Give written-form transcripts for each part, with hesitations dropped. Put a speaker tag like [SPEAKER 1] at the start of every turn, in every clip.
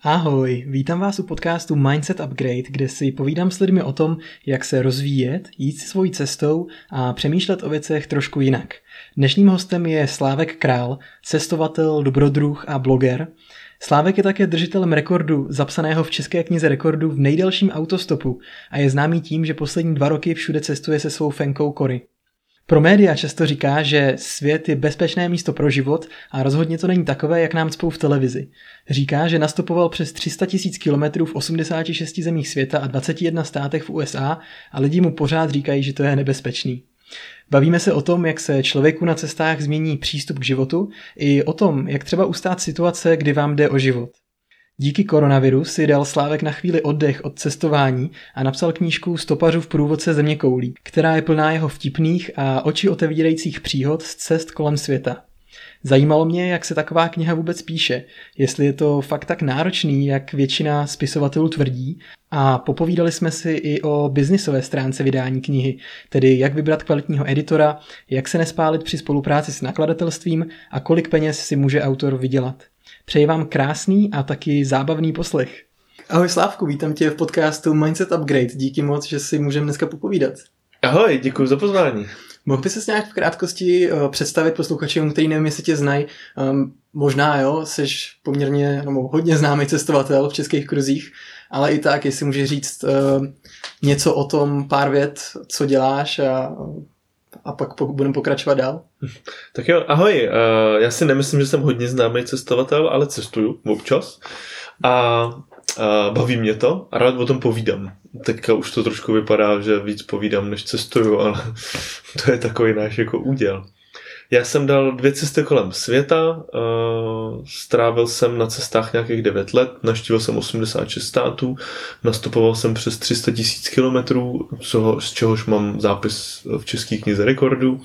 [SPEAKER 1] Ahoj, vítám vás u podcastu Mindset Upgrade, kde si povídám s lidmi o tom, jak se rozvíjet, jít si svojí cestou a přemýšlet o věcech trošku jinak. Dnešním hostem je Slávek Král, cestovatel, dobrodruh a bloger. Slávek je také držitelem rekordu zapsaného v České knize rekordů v nejdelším autostopu a je známý tím, že poslední 2 roky všude cestuje se svou fenkou Cory. Pro média často říká, že svět je bezpečné místo pro život a rozhodně to není takové, jak nám cpou v televizi. Říká, že nastopoval přes 300 000 kilometrů v 86 zemích světa a 21 státech v USA a lidi mu pořád říkají, že to je nebezpečný. Bavíme se o tom, jak se člověku na cestách změní přístup k životu i o tom, jak třeba ustát situace, kdy vám jde o život. Díky koronaviru si dal Slávek na chvíli oddech od cestování a napsal knížku Stopařův průvodce zeměkoulí, která je plná jeho vtipných a oči otevírajících příhod z cest kolem světa. Zajímalo mě, jak se taková kniha vůbec píše, jestli je to fakt tak náročný, jak většina spisovatelů tvrdí, a popovídali jsme si i o biznisové stránce vydání knihy, tedy jak vybrat kvalitního editora, jak se nespálit při spolupráci s nakladatelstvím a kolik peněz si může autor vydělat. Přeji vám krásný a taky zábavný poslech. Ahoj Slávku, vítám tě v podcastu Mindset Upgrade. Díky moc, že si můžeme dneska popovídat.
[SPEAKER 2] Ahoj, děkuji za pozvání.
[SPEAKER 1] Mohl bys se nějak v krátkosti představit posluchačům, který nevím, jestli tě znají. Možná jo, jsi poměrně hodně známý cestovatel v českých kruzích, ale i tak, jestli můžeš říct něco o tom, pár vět, co děláš a pak budeme pokračovat dál.
[SPEAKER 2] Tak jo, ahoj. Já si nemyslím, že jsem hodně známý cestovatel, ale cestuju občas a baví mě to a rád o tom povídám. Teďka už to trošku vypadá, že víc povídám, než cestuju, ale to je takový náš jako úděl. Já jsem dal 2 cesty kolem světa, strávil jsem na cestách nějakých 9 let, navštívil jsem 86 států, nastupoval jsem přes 300 000 kilometrů, z čehož mám zápis v České knize rekordů.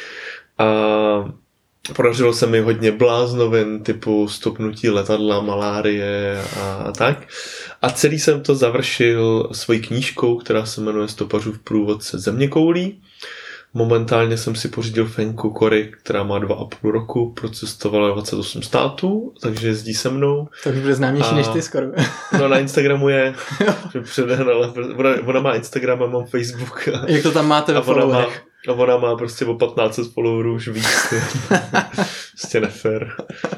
[SPEAKER 2] A podařilo se mi hodně bláznovin typu stopnutí letadla, malárie a tak. A celý jsem to završil svojí knížkou, která se jmenuje Stopařův průvodce zeměkoulí. Momentálně jsem si pořídil fenku Cory, která má 2,5 roku, procestovala 28 států, takže jezdí se mnou.
[SPEAKER 1] Takže bude známější než ty skoro.
[SPEAKER 2] No na Instagramu je, předehnala, ona má Instagram a mám Facebook.
[SPEAKER 1] Jak to tam máte ve followerech?
[SPEAKER 2] A ona má prostě o 1500 followerů už víc. Prostě nefér.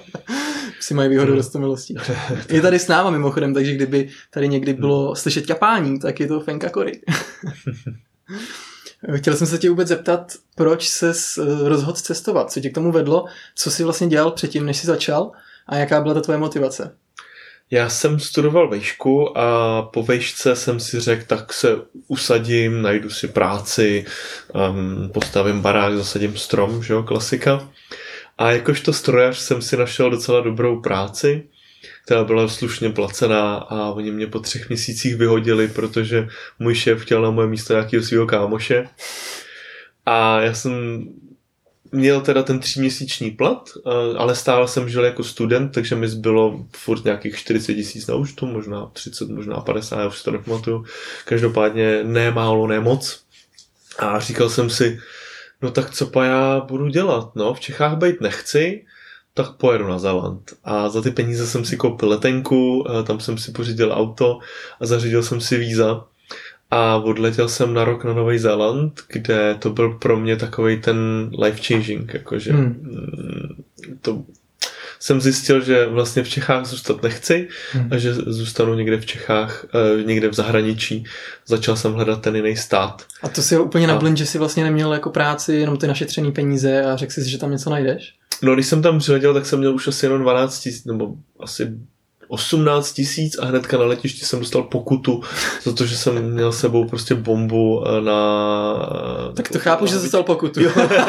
[SPEAKER 1] Si mají výhodu roztomilostí. Je tady s náma mimochodem, takže kdyby tady někdy bylo slyšet ťapání, tak je to fenka Cory. Chtěl jsem se tě vůbec zeptat, proč ses rozhodl cestovat, co tě k tomu vedlo, co jsi vlastně dělal předtím, než jsi začal a jaká byla ta tvoje motivace?
[SPEAKER 2] Já jsem studoval vejšku a po vejšce jsem si řekl, tak se usadím, najdu si práci, postavím barák, zasadím strom, že jo, klasika. A jakožto strojař jsem si našel docela dobrou práci, která byla slušně placená a oni mě po 3 měsících vyhodili, protože můj šéf chtěl na moje místo nějakého svého kámoše. A já jsem měl teda ten 3měsíční plat, ale stále jsem žil jako student, takže mi zbylo furt nějakých 40 000 na účtu, možná 30, možná 50, já už si to nepamatuju. Každopádně ne málo, ne moc. A říkal jsem si, no tak co pa já budu dělat, no v Čechách bejt nechci, tak pojedu na Zéland. A za ty peníze jsem si koupil letenku, tam jsem si pořídil auto a zařídil jsem si víza. A odletěl jsem na rok na Nový Zéland, kde to byl pro mě takovej ten life changing, jakože to jsem zjistil, že vlastně v Čechách zůstat nechci a že zůstanu někde v Čechách, někde v zahraničí. Začal jsem hledat ten jiný stát.
[SPEAKER 1] A to si úplně na blind, že jsi vlastně neměl jako práci, jenom ty našetřený peníze a řekl jsi, že tam něco najdeš?
[SPEAKER 2] No, když jsem tam přiletěl, tak jsem měl už asi jenom 12 000, nebo asi 18 000 a hnedka na letišti jsem dostal pokutu za to, že jsem měl sebou prostě bombu na...
[SPEAKER 1] Tak to chápu, že jsi dostal pokutu.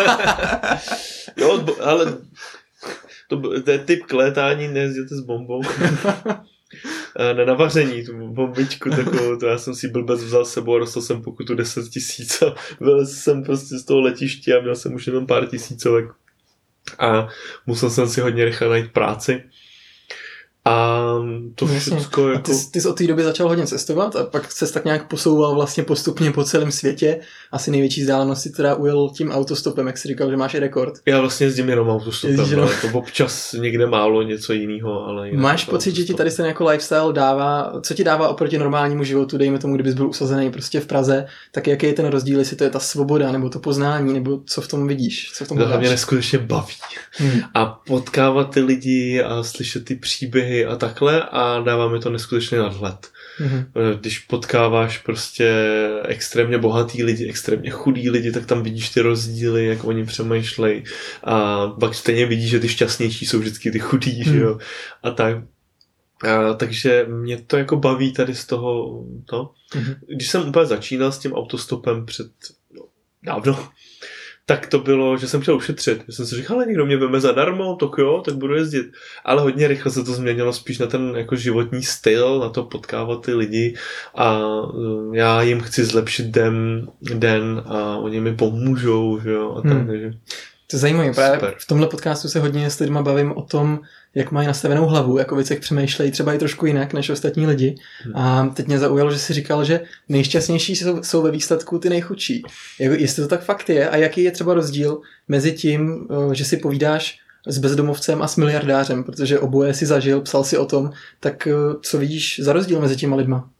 [SPEAKER 2] Jo, ale to je typ k létání, nejezděte s bombou. Na navaření, tu bombičku takovou, to já jsem si blbec vzal s sebou a dostal jsem pokutu 10 000 a vylez jsem prostě z toho letiště a měl jsem už jenom pár tisícovek a musel jsem si hodně rychle najít práci. A to všecko jako...
[SPEAKER 1] A ty jsi od té doby začal hodně cestovat a pak ses tak nějak posouval vlastně postupně po celém světě. Asi největší vzdálenost si teda ujel tím autostopem, jak jsi říkal, že máš i rekord.
[SPEAKER 2] Já vlastně jezdím jenom autostopem, ale to občas někde málo něco jiného. Ale
[SPEAKER 1] máš pocit, že ti tady ten jako lifestyle dává, co ti dává oproti normálnímu životu, dejme tomu, kdybys byl usazený prostě v Praze, tak jaký je ten rozdíl, jestli to je ta svoboda, nebo to poznání, nebo co v tom vidíš? Co v tom
[SPEAKER 2] to mě neskutečně baví. A potkávat ty lidi a slyšet ty příběhy a takhle a dává mi to neskutečně nadhled. Když potkáváš prostě extrémně bohatý lidi, extrémně chudý lidi, tak tam vidíš ty rozdíly, jak oni přemýšlejí a pak stejně vidíš, že ty šťastnější jsou vždycky ty chudí, že jo? A tak. Takže mě to jako baví tady z toho, no. Když jsem úplně začínal s tím autostopem dávno, tak to bylo, že jsem chtěl ušetřit. Já jsem si říkal, ale někdo mě veme zadarmo, tak budu jezdit. Ale hodně rychle se to změnilo spíš na ten jako životní styl, na to potkávat ty lidi a já jim chci zlepšit den a oni mi pomůžou, že jo, a tak, takže...
[SPEAKER 1] To je zajímavé, právě v tomhle podcastu se hodně s lidma bavím o tom, jak mají nastavenou hlavu, jako věcech přemýšlejí třeba i trošku jinak než ostatní lidi. A teď mě zaujalo, že jsi říkal, že nejšťastnější jsou ve výsledku ty nejchudší. Jestli to tak fakt je a jaký je třeba rozdíl mezi tím, že si povídáš s bezdomovcem a s miliardářem, protože oboje si zažil, psal si o tom, tak co vidíš za rozdíl mezi těma lidma?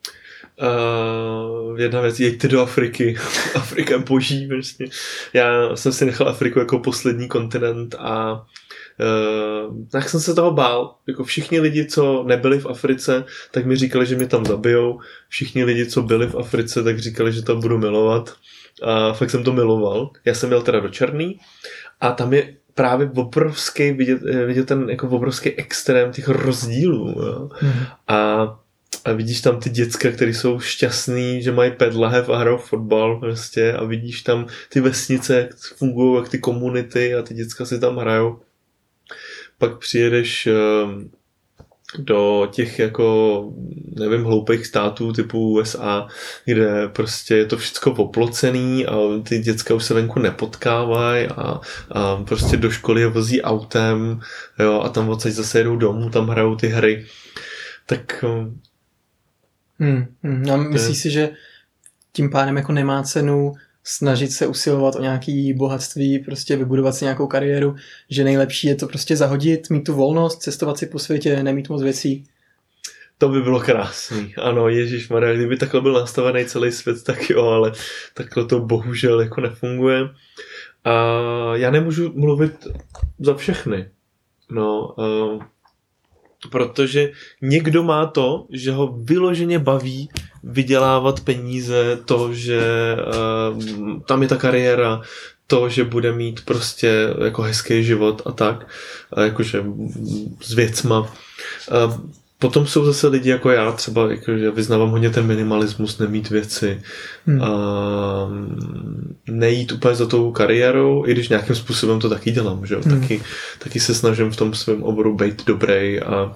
[SPEAKER 2] Jedna věc, jeďte do Afriky. Afrika boží, vlastně. Já jsem si nechal Afriku jako poslední kontinent a tak jsem se toho bál. Jako všichni lidi, co nebyli v Africe, tak mi říkali, že mě tam zabijou. Všichni lidi, co byli v Africe, tak říkali, že tam budu milovat. A fakt jsem to miloval. Já jsem jel teda do Černý a tam je právě obrovský vidět ten jako obrovský extrém těch rozdílů. Jo. A vidíš tam ty děcka, který jsou šťastný, že mají 5 lahev a hrajou fotbal prostě a vidíš tam ty vesnice, jak fungují, jak ty komunity a ty děcka si tam hrajou. Pak přijedeš do těch jako, nevím, hloupých států typu USA, kde prostě je to všecko oplocený a ty děcka už se venku nepotkávají a prostě do školy je vozí autem, jo, a tam odsaď zase jedou domů, tam hrajou ty hry. Tak...
[SPEAKER 1] A myslíš si, že tím pádem jako nemá cenu snažit se usilovat o nějaký bohatství, prostě vybudovat si nějakou kariéru, že nejlepší je to prostě zahodit, mít tu volnost, cestovat si po světě, nemít moc věcí?
[SPEAKER 2] To by bylo krásný. Ano, ježišmarja, kdyby takhle byl nastavený celý svět, tak jo, ale takhle to bohužel jako nefunguje. A já nemůžu mluvit za všechny. No, protože někdo má to, že ho vyloženě baví vydělávat peníze, to, že tam je ta kariéra, to, že bude mít prostě jako hezký život a tak, a jakože s věcma. Potom jsou zase lidi jako já třeba, jakože vyznávám hodně ten minimalismus, nemít věci, nejít úplně za tou kariérou, i když nějakým způsobem to taky dělám, že jo? Taky se snažím v tom svém oboru být dobrý a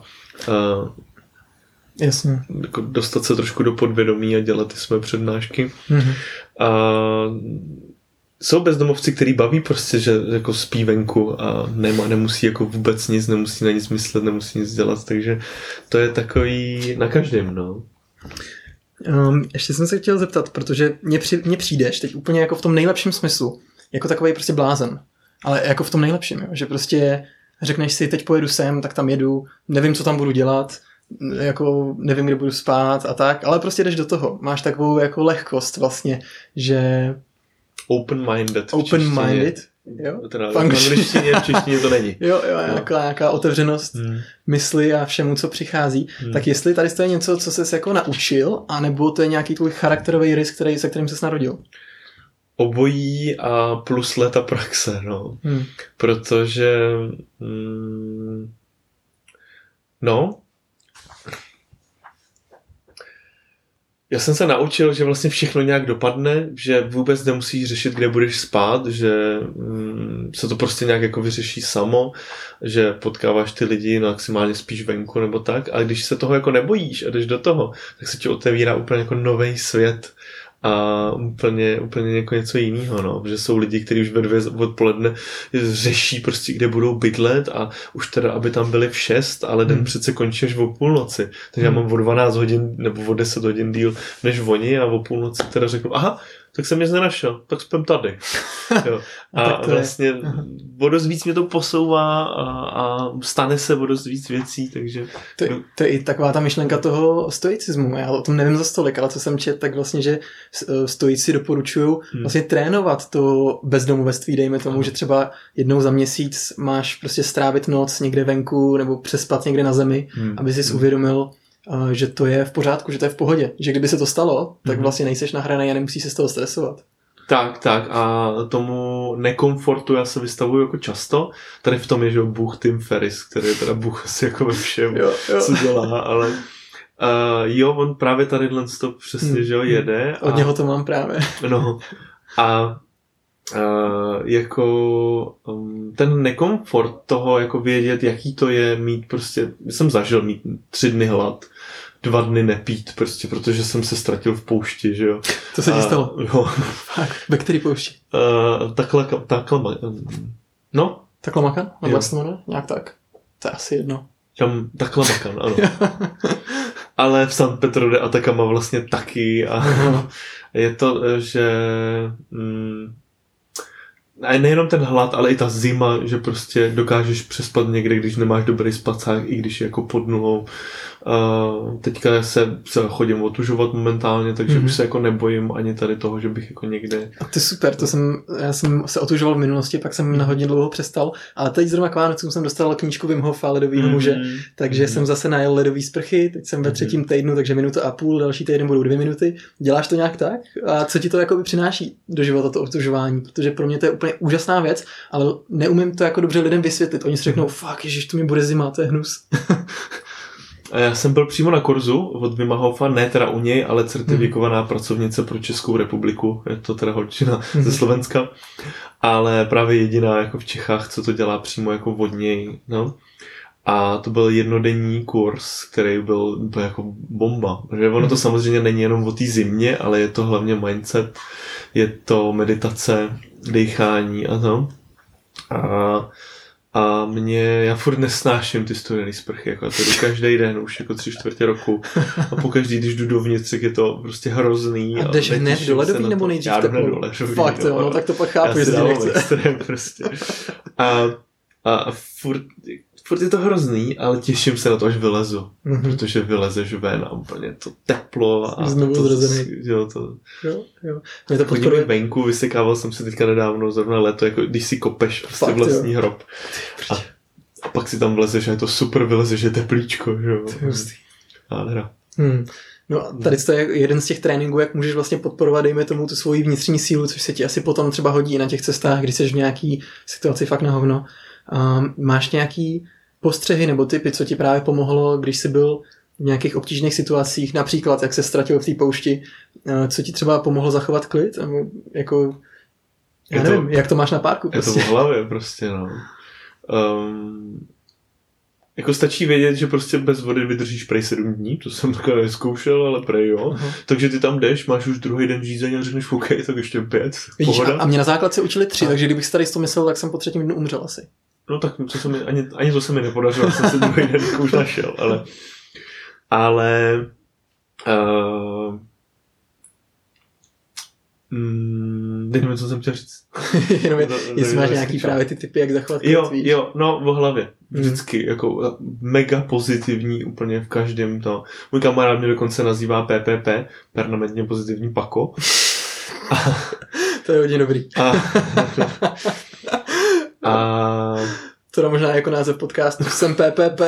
[SPEAKER 1] jasně.
[SPEAKER 2] Jako dostat se trošku do podvědomí a dělat ty své přednášky. A jsou bezdomovci, který baví prostě, že jako spí venku a nemusí jako vůbec nic, nemusí na nic myslet, nemusí nic dělat, takže to je takový na každém, no.
[SPEAKER 1] Ještě jsem se chtěl zeptat, protože mně přijdeš teď úplně jako v tom nejlepším smyslu, jako takovej prostě blázen, ale jako v tom nejlepším, jo? Že prostě řekneš si, teď pojedu sem, tak tam jedu, nevím, co tam budu dělat, jako nevím, kde budu spát a tak, ale prostě jdeš do toho, máš takovou jako lehkost vlastně, že Open-minded, jo?
[SPEAKER 2] Teda v angličtině, v češtině to není.
[SPEAKER 1] Jo, nějaká otevřenost mysli a všemu, co přichází. Tak jestli tady to je něco, co ses jako naučil, anebo to je nějaký tvůj charakterový rys, se kterým ses narodil?
[SPEAKER 2] Obojí a plus léta praxe, no. Protože já jsem se naučil, že vlastně všechno nějak dopadne, že vůbec nemusíš řešit, kde budeš spát, že se to prostě nějak jako vyřeší samo, že potkáváš ty lidi, maximálně spíš venku nebo tak, a když se toho jako nebojíš a jdeš do toho, tak se ti otevírá úplně jako nový svět a úplně jako něco jiného, no. Že jsou lidi, kteří už ve 2 odpoledne řeší prostě, kde budou bydlet a už teda, aby tam byli v 6, ale den přece končí až o půlnoci. Takže já mám o 12 hodin nebo o 10 hodin díl než oni a o půlnoci teda řeknu, aha, tak jsem nic nenašel, tak spím tady. Jo. A vlastně o dost víc mě to posouvá a stane se o dost víc věcí, takže...
[SPEAKER 1] To je i taková ta myšlenka toho stoicismu. Já o tom nevím za stolik, ale co jsem četl, tak vlastně, že stoici doporučují vlastně trénovat to bezdomovectví, dejme tomu, že třeba jednou za měsíc máš prostě strávit noc někde venku nebo přespat někde na zemi, aby si uvědomil, že to je v pořádku, že to je v pohodě. Že kdyby se to stalo, tak vlastně nejseš nahranej a nemusíš se z toho stresovat.
[SPEAKER 2] Tak a tomu nekomfortu já se vystavuju jako často. Tady v tom je, že Bůh Tim Ferriss, který je teda Bůh asi jako ve všem, co dělá, ale on právě tady to přesně, že jede.
[SPEAKER 1] Od něho to mám právě.
[SPEAKER 2] No a jako ten nekomfort toho jako vědět, jaký to je mít prostě, jsem zažil mít 3 dny hlad, 2 dny nepít prostě, protože jsem se ztratil v poušti, že jo.
[SPEAKER 1] To se ti stalo?
[SPEAKER 2] Jo.
[SPEAKER 1] Ve který poušti?
[SPEAKER 2] No.
[SPEAKER 1] Taklamakan? Nebo se jmenuje? Nějak tak. To je asi jedno.
[SPEAKER 2] Taklamakan, ano. Ale v San Pedro de Atacama vlastně taky a je to, že a nejenom ten hlad, ale i ta zima, že prostě dokážeš přespat někde, když nemáš dobrý spacák, i když je jako pod nulou. Teďka se chodím otužovat momentálně, takže už se jako nebojím ani tady toho, že bych jako někde...
[SPEAKER 1] A to je super, já jsem se otužoval v minulosti, pak jsem na hodně dlouho přestal, ale teď zrovna k Vánocům jsem dostal knížku Wim Hofa, ledovýho muže, takže jsem zase najel ledový sprchy, teď jsem ve 3. týdnu, takže 1,5 minuty, další týden budou 2 minuty. Děláš to nějak tak? A co ti to jako přináší do života, to otužování? Protože pro mě to je úplně úžasná věc, ale neumím to jako dobře lidem vysvětlit. Oni si řeknou, fuck, ježiš, to mi bude zima, to je hnus.
[SPEAKER 2] A já jsem byl přímo na kurzu od Wima Hofa, ne teda u něj, ale certifikovaná pracovnice pro Českou republiku, je to teda holčina ze Slovenska, ale právě jediná jako v Čechách, co to dělá přímo jako od něj, no. A to byl jednodenní kurz, který byl jako bomba. Že ono to samozřejmě není jenom o té zimě, ale je to hlavně mindset, je to meditace, dýchání a to. A já furt nesnáším ty studený sprchy, jako to jdu každý den, už jako 3/4 roku. A pokaždý, když jdu dovnitř, tak je to prostě hrozný.
[SPEAKER 1] A jdeš hned do ledový nebo nejdřív
[SPEAKER 2] teplou? Já jdu hned do ledový.
[SPEAKER 1] Fakt jo, no tak to pak chápu, jestli nechce.
[SPEAKER 2] Extrém prostě. A furt je to hrozný, ale těším se na to, až vylezu. Protože vylezeš ven a úplně to teplo. A
[SPEAKER 1] znovu zrozený.
[SPEAKER 2] Jo.
[SPEAKER 1] Mě to podporuje.
[SPEAKER 2] Venku, vysekával jsem si teďka nedávno zrovna léto, jako když si kopeš prostě vlastní hrob. A pak si tam vlezeš a je to super, vylezeš, je teplíčko. Jo. Nádhera.
[SPEAKER 1] No a tady to je jeden z těch tréninků, jak můžeš vlastně podporovat, dejme tomu, tu svoji vnitřní sílu, což se ti asi potom třeba hodí na těch cestách, když jsi v nějaký situaci fakt na hovno. Máš nějaký postřehy nebo tipy, co ti právě pomohlo, když jsi byl v nějakých obtížných situacích, například jak se ztratil v té poušti, co ti třeba pomohlo zachovat klid? Nebo jako, já nevím, jak to máš na párku?
[SPEAKER 2] Prostě. Je to v hlavě prostě, no. Jako stačí vědět, že prostě bez vody vydržíš prej 7 dní, to jsem takhle neskoušel, ale prej jo. Takže ty tam jdeš, máš už druhý den řízení a řekneš OK, tak ještě 5, pohoda.
[SPEAKER 1] A mě na základce učili 3, takže kdybych si tady to myslel, tak jsem po 3. dnu umřel asi.
[SPEAKER 2] No tak ani to se mi nepodařilo, jsem se druhý den už našel, ale nevím, co jsem chtěl říct.
[SPEAKER 1] Jenom jestli máš nějaký právě ty typy, jak zachovat klid,
[SPEAKER 2] Jo, no v hlavě. Vždycky, jako mega pozitivní úplně v každém to. Můj kamarád mě dokonce nazývá PPP, permanentně pozitivní pako.
[SPEAKER 1] To je hodně dobrý. To je možná jako název podcastu. Jsem PPP.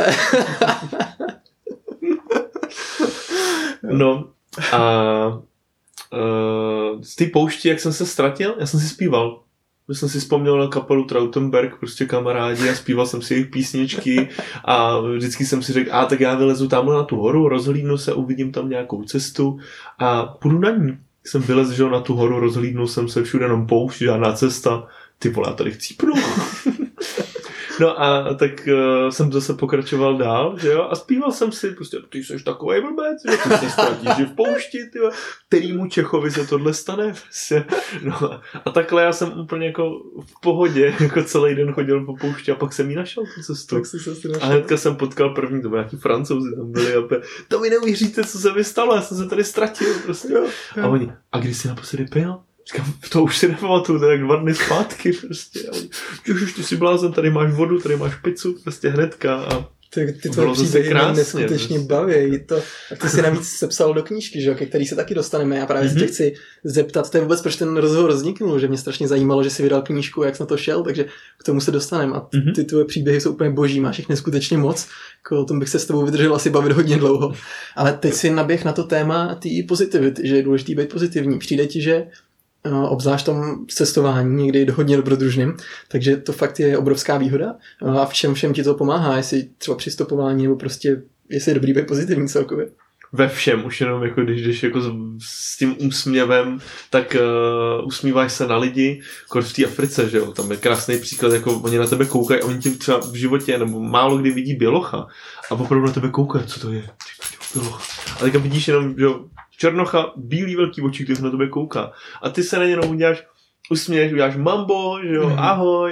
[SPEAKER 2] No a z té poušti, jak jsem se ztratil, já jsem si zpíval. Já jsem si vzpomněl na kapelu Trautenberg, prostě kamarádi, a zpíval jsem si jejich písničky a vždycky jsem si řekl, tak já vylezu tamhle na tu horu, rozhlídnu se, uvidím tam nějakou cestu a půjdu na ní. Jsem vylezl na tu horu, rozhlídnul jsem se, všude jenom poušť, žádná cesta. Ty vole, já tady chcípnu. No a tak jsem zase pokračoval dál, že jo, a zpíval jsem si, prostě, ty jsi takovej blbec, že ty se ztratíš v poušti, tyjo, kterýmu Čechovi se tohle stane, prostě. No a takhle já jsem úplně jako v pohodě, jako celý den chodil po poušti a pak jsem jí našel tu cestu.
[SPEAKER 1] Tak si se našel.
[SPEAKER 2] A hnedka jsem potkal první, to byli nějaký Francouzi tam byli a to mi neuvěříte, co se mi stalo, já jsem se tady ztratil, prostě. Jo. A oni, a když jsi naposledy pil? Říkám, to už si nepamatuju, to je jak 2 dny zpátky, prostě. Ježiš, ty jsi blázen, tady máš vodu, tady máš pizzu, prostě hnedka a
[SPEAKER 1] ty tvoje příběhy mě neskutečně baví. A ty si navíc sepsal do knížky, že, ke který se taky dostaneme. Já právě se tě chci zeptat, to je vůbec, proč ten rozhovor vzniknul, že mě strašně zajímalo, že jsi vydal knížku, jak jsi na to šel, takže k tomu se dostaneme. A ty tvoje příběhy jsou úplně boží, máš jich neskutečně moc. O tom bych se s tebou vydržel asi bavit hodně dlouho. Ale teď si naběh na to téma té pozitivity, že je důležité být pozitivní. Přijde ti, že obzvlášť tom cestování někdy hodně dobrodružným, takže to fakt je obrovská výhoda. A všem ti to pomáhá, jestli třeba při stopování nebo prostě jestli je dobrý být pozitivní celkově.
[SPEAKER 2] Ve všem, už jenom jako když jdeš jako s tím úsměvem, tak usmíváš se na lidi, jako v té Africe, že jo, tam je krásný příklad, jako oni na tebe koukají a oni tím třeba v životě, nebo málo kdy vidí bělocha a opravdu na tebe koukají, co to je, běloch. A teďka vidíš jenom, že jo, černocha, bílý velký oči, který na tebe kouká. A ty se na něj uděláš, usměješ, uděláš mambo, že jo, ahoj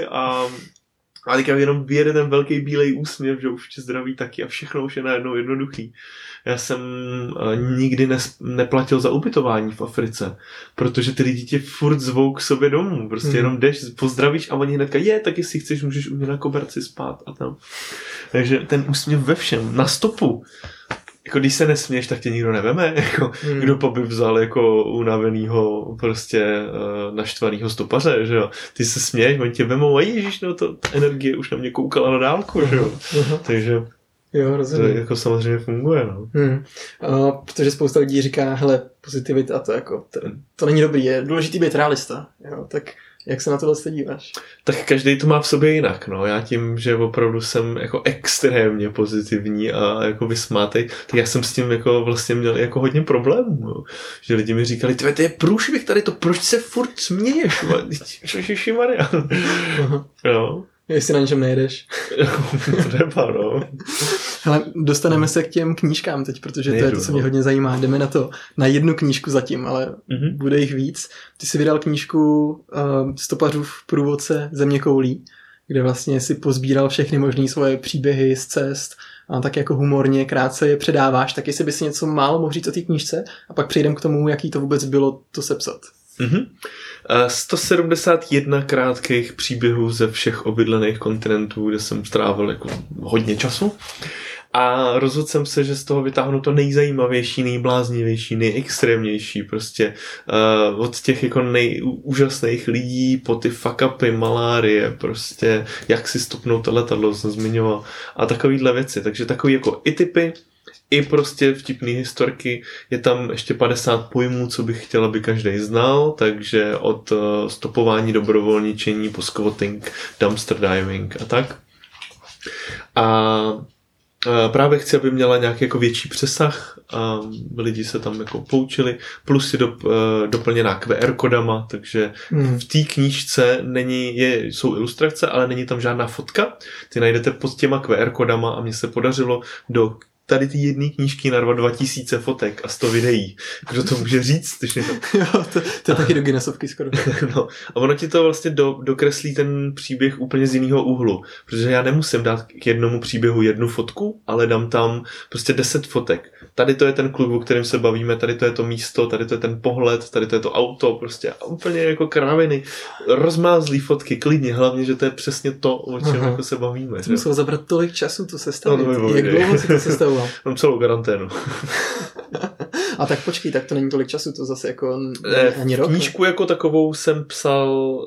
[SPEAKER 2] a teďka jenom vyjede ten velký bílej úsměv, že už tě zdraví taky a všechno už je najednou jednoduchý. Já jsem nikdy neplatil za ubytování v Africe, protože ty lidi tě furt zvou k sobě domů. Prostě jenom jdeš, pozdravíš a oni hnedka, tak jestli chceš, můžeš u mě na koberci spát a tam. Takže ten úsměv ve všem, na stopu. Jako když se nesměješ, tak tě nikdo neveme. Jako, kdo by vzal jako unavenýho, prostě naštvanýho stopaře, že jo. Ty se směješ, oni tě vemou a ježiš, no to energie už na mě koukala na dálku, že jo. Takže
[SPEAKER 1] jo, rozumím.
[SPEAKER 2] To jako samozřejmě funguje, no.
[SPEAKER 1] Protože spousta lidí říká, hele, pozitivita, to jako, to není dobrý, je důležitý být realista, jo, tak jak se na tohle díváš?
[SPEAKER 2] Tak každý to má v sobě jinak, no. Já tím, že opravdu jsem jako extrémně pozitivní a jako vysmátej, tak já jsem s tím jako vlastně měl jako hodně problémů, no. Že lidi mi říkali, to je průšvih tady to, proč se furt směješ? Ježišimarja. No.
[SPEAKER 1] Jestli na něčem nejedeš.
[SPEAKER 2] Třeba, no.
[SPEAKER 1] Hele, dostaneme se k těm knížkám teď, protože to je to, co mě hodně zajímá. Jdeme na to, na jednu knížku zatím, ale bude jich víc. Ty jsi vydal knížku Stopařův průvodce země koulí, kde vlastně si pozbíral všechny možné svoje příběhy z cest a tak jako humorně, krátce je předáváš. Tak jestli by si něco málo mohl říct o té knížce a pak přejdem k tomu, jaký to vůbec bylo to sepsat.
[SPEAKER 2] 171 krátkých příběhů ze všech obydlených kontinentů, kde jsem strávil jako hodně času. A rozhodl jsem se, že z toho vytáhnu to nejzajímavější, nejbláznivější, nejextrémnější, prostě od těch jako nejúžasných lidí po ty fuck upy, malárie, prostě jak si stopnout to letadlo, jsem zmiňoval, a takovýhle věci. Takže takový jako i typy, i prostě vtipný historky, je tam ještě 50 pojmů, co bych chtěl, aby každý znal, takže od stopování, dobrovolničení po squatting, dumpster diving a tak. A právě chci, aby měla nějaký jako větší přesah a lidi se tam jako poučili, plus je doplněná QR kodama, takže v té knížce jsou ilustrace, ale není tam žádná fotka, ty najdete pod těma QR kodama a mně se podařilo do tady ty jedné knížky narvat 2000 fotek a 100 videí. Kdo to může říct?
[SPEAKER 1] Jo, to je taky do Guinnessovky skoro.
[SPEAKER 2] No, a ono ti to vlastně dokreslí ten příběh úplně z jiného úhlu, protože já nemusím dát k jednomu příběhu jednu fotku, ale dám tam prostě 10 fotek. Tady to je ten klub, o kterém se bavíme, tady to je to místo, tady to je ten pohled, tady to je to auto, prostě úplně jako kraviny, rozmázlý fotky, klidně, hlavně, že to je přesně to, o čem jako se bavíme.
[SPEAKER 1] To muselo zabrat tolik času to sestavit. Jak dlouho si to sestavoval?
[SPEAKER 2] Mám celou karanténu.
[SPEAKER 1] A tak počkej, tak to není tolik času, to zase jako ani rok.
[SPEAKER 2] Knížku jako takovou jsem psal,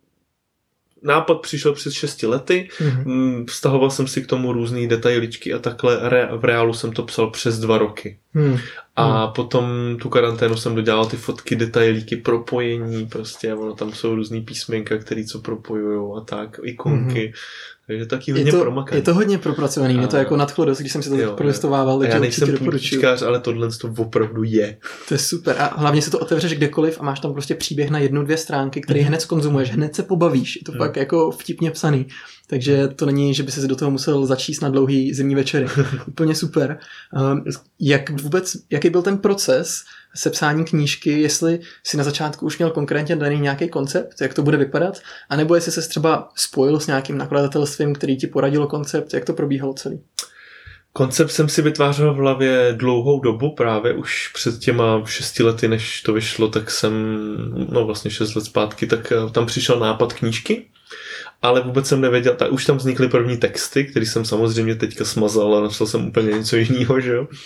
[SPEAKER 2] nápad přišel před 6 lety, vztahoval jsem si k tomu různý detailičky a takhle v reálu jsem to psal přes 2 roky. A potom tu karanténu jsem dodělal ty fotky, detailíky, propojení, prostě ono tam jsou různý písmenka, který co propojujou a tak, ikonky. Takže taky hodně promakaný.
[SPEAKER 1] Je to hodně propracovaný, mě to jako nadchlo dost, když jsem si to prolestovával.
[SPEAKER 2] Já nejsem půjčkář, ale tohle to opravdu je.
[SPEAKER 1] To je super a hlavně se to otevřeš kdekoliv a máš tam prostě příběh na 1-2 stránky, který hned zkonzumuješ, hned se pobavíš, je to fakt jako vtipně psaný. takže to není, že by se do toho musel začíst na dlouhý zimní večery. Úplně super. Jaký byl ten proces sepsání knížky, jestli si na začátku už měl konkrétně daný nějaký koncept, jak to bude vypadat, anebo jestli se třeba spojil s nějakým nakladatelstvím, který ti poradilo koncept, jak to probíhalo celý?
[SPEAKER 2] Koncept jsem si vytvářel v hlavě dlouhou dobu, právě už před těma 6 lety, než to vyšlo, tak vlastně 6 let zpátky, tak tam přišel nápad knížky, ale vůbec jsem nevěděl, už tam vznikly první texty, které jsem samozřejmě teďka smazal a napsal jsem úplně něco jiného, že jo.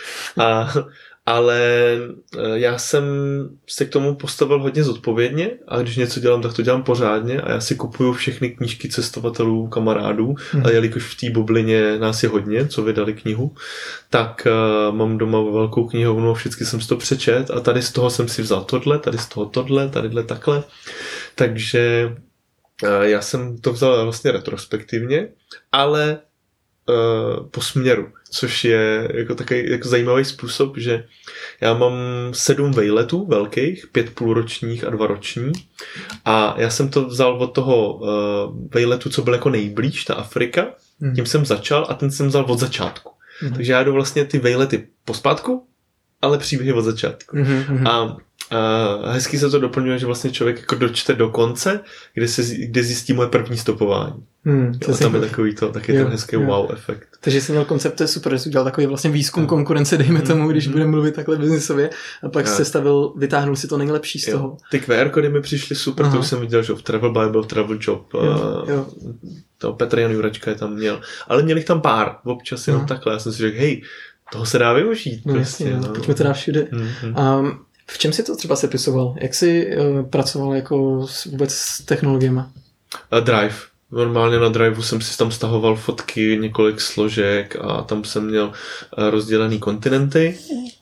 [SPEAKER 2] Ale já jsem se k tomu postavil hodně zodpovědně a když něco dělám, tak to dělám pořádně a já si kupuju všechny knížky cestovatelů, kamarádů a jelikož v té bublině nás je hodně, co vydali knihu, tak mám doma velkou knihovnu a vždycky jsem si to přečet a tady z toho jsem si vzal tohle, tady z toho tohle, tadyhle takhle. Takže já jsem to vzal vlastně retrospektivně, ale po směru, což je jako takový jako zajímavý způsob, že já mám 7 vejletů velkých, 5 půlročních a 2 roční a já jsem to vzal od toho vejletu, co byl jako nejblíž, ta Afrika, tím jsem začal a ten jsem vzal od začátku. Takže já jdu vlastně ty vejlety pospátku, ale příběhy od začátku. A hezky se to doplňuje, že vlastně člověk jako dočte do konce, kde zjistí moje první stopování. A tam je takový to, taky ten hezký wow efekt.
[SPEAKER 1] Takže jsi měl koncept, to je super, že jsi udělal takový vlastně výzkum konkurence, dejme tomu, když budeme mluvit takhle biznisově a pak vytáhnul si to nejlepší z toho.
[SPEAKER 2] Ty QR kody mi přišly super, to už jsem viděl, že v Travel Bible, Travel Job, to Petr Jan Juračka je tam měl, ale měl jich tam pár, občas jenom takhle, já jsem si řekl, hej, toho se dá využít.
[SPEAKER 1] No prostě, jasně, pojďme to dát všude. V čem jsi to třeba sepisoval? Jak jsi pracoval jako vůbec s technologiemi?
[SPEAKER 2] Drive. Normálně na Driveu jsem si tam stahoval fotky, několik složek a tam jsem měl rozdělený kontinenty.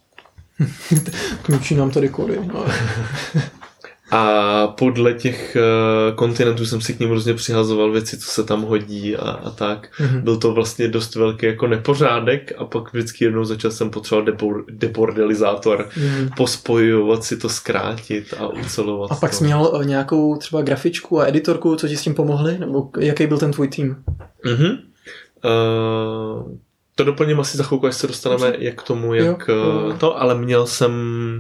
[SPEAKER 1] Kňučí nám tady kody. No.
[SPEAKER 2] A podle těch kontinentů jsem si k ním různě přihazoval věci, co se tam hodí a tak. Byl to vlastně dost velký jako nepořádek a pak vždycky jednou začal jsem potřebovat debordelizátor, pospojovat si to, zkrátit a ucelovat.
[SPEAKER 1] A pak jsi měl nějakou třeba grafičku a editorku, co ti s tím pomohli? Nebo jaký byl ten tvůj tým?
[SPEAKER 2] To doplním asi za chvilku, až se dostaneme jak k tomu, jak to, ale měl jsem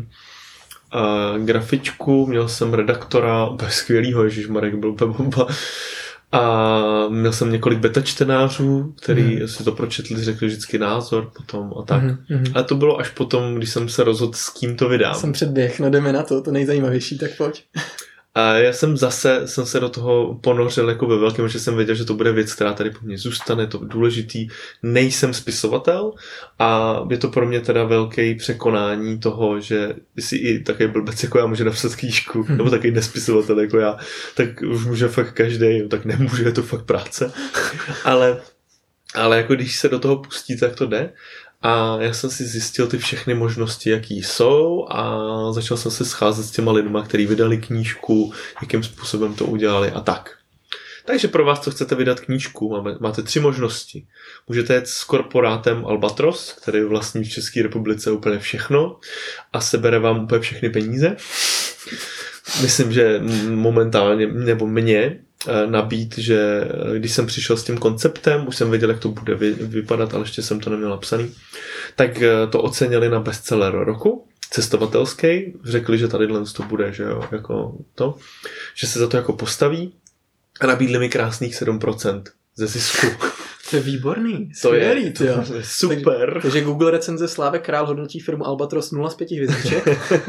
[SPEAKER 2] grafičku, měl jsem redaktora, úplně skvělýho, ježišmarek, byl úplně bomba. A měl jsem několik beta čtenářů, který si to pročetli, řekli vždycky názor potom a tak. Ale to bylo až potom, když jsem se rozhodl, s kým to vydám.
[SPEAKER 1] Jsem předběh, no jdeme na to nejzajímavější, tak pojď.
[SPEAKER 2] A já jsem se do toho ponořil jako ve velkém, že jsem věděl, že to bude věc, která tady po mně zůstane, to důležitý. Nejsem spisovatel a je to pro mě teda velké překonání toho, že si i takový blbec jako já může napsat knížku, nebo takový nespisovatel jako já, tak už může fakt každý, tak nemůže, je to fakt práce. Ale jako když se do toho pustíte, tak to jde. A já jsem si zjistil ty všechny možnosti, jaký jsou a začal jsem se scházet s těma lidma, kteří vydali knížku, jakým způsobem to udělali a tak. Takže pro vás, co chcete vydat knížku, máte 3 možnosti. Můžete jet s korporátem Albatros, který vlastní v České republice úplně všechno a sebere vám úplně všechny peníze. Myslím, že momentálně, nebo mě, nabít, že když jsem přišel s tím konceptem, už jsem věděl, jak to bude vypadat, ale ještě jsem to neměl napsaný, tak to ocenili na bestseller roku, cestovatelský, řekli, že tady to bude, že jo, jako to, že se za to jako postaví a nabídli mi krásných 7% ze zisku.
[SPEAKER 1] To je výborný, skvělý,
[SPEAKER 2] to je super.
[SPEAKER 1] Takže Google recenze Slávek Král hodnotí firmu Albatros 0 z 5 hvězdiček.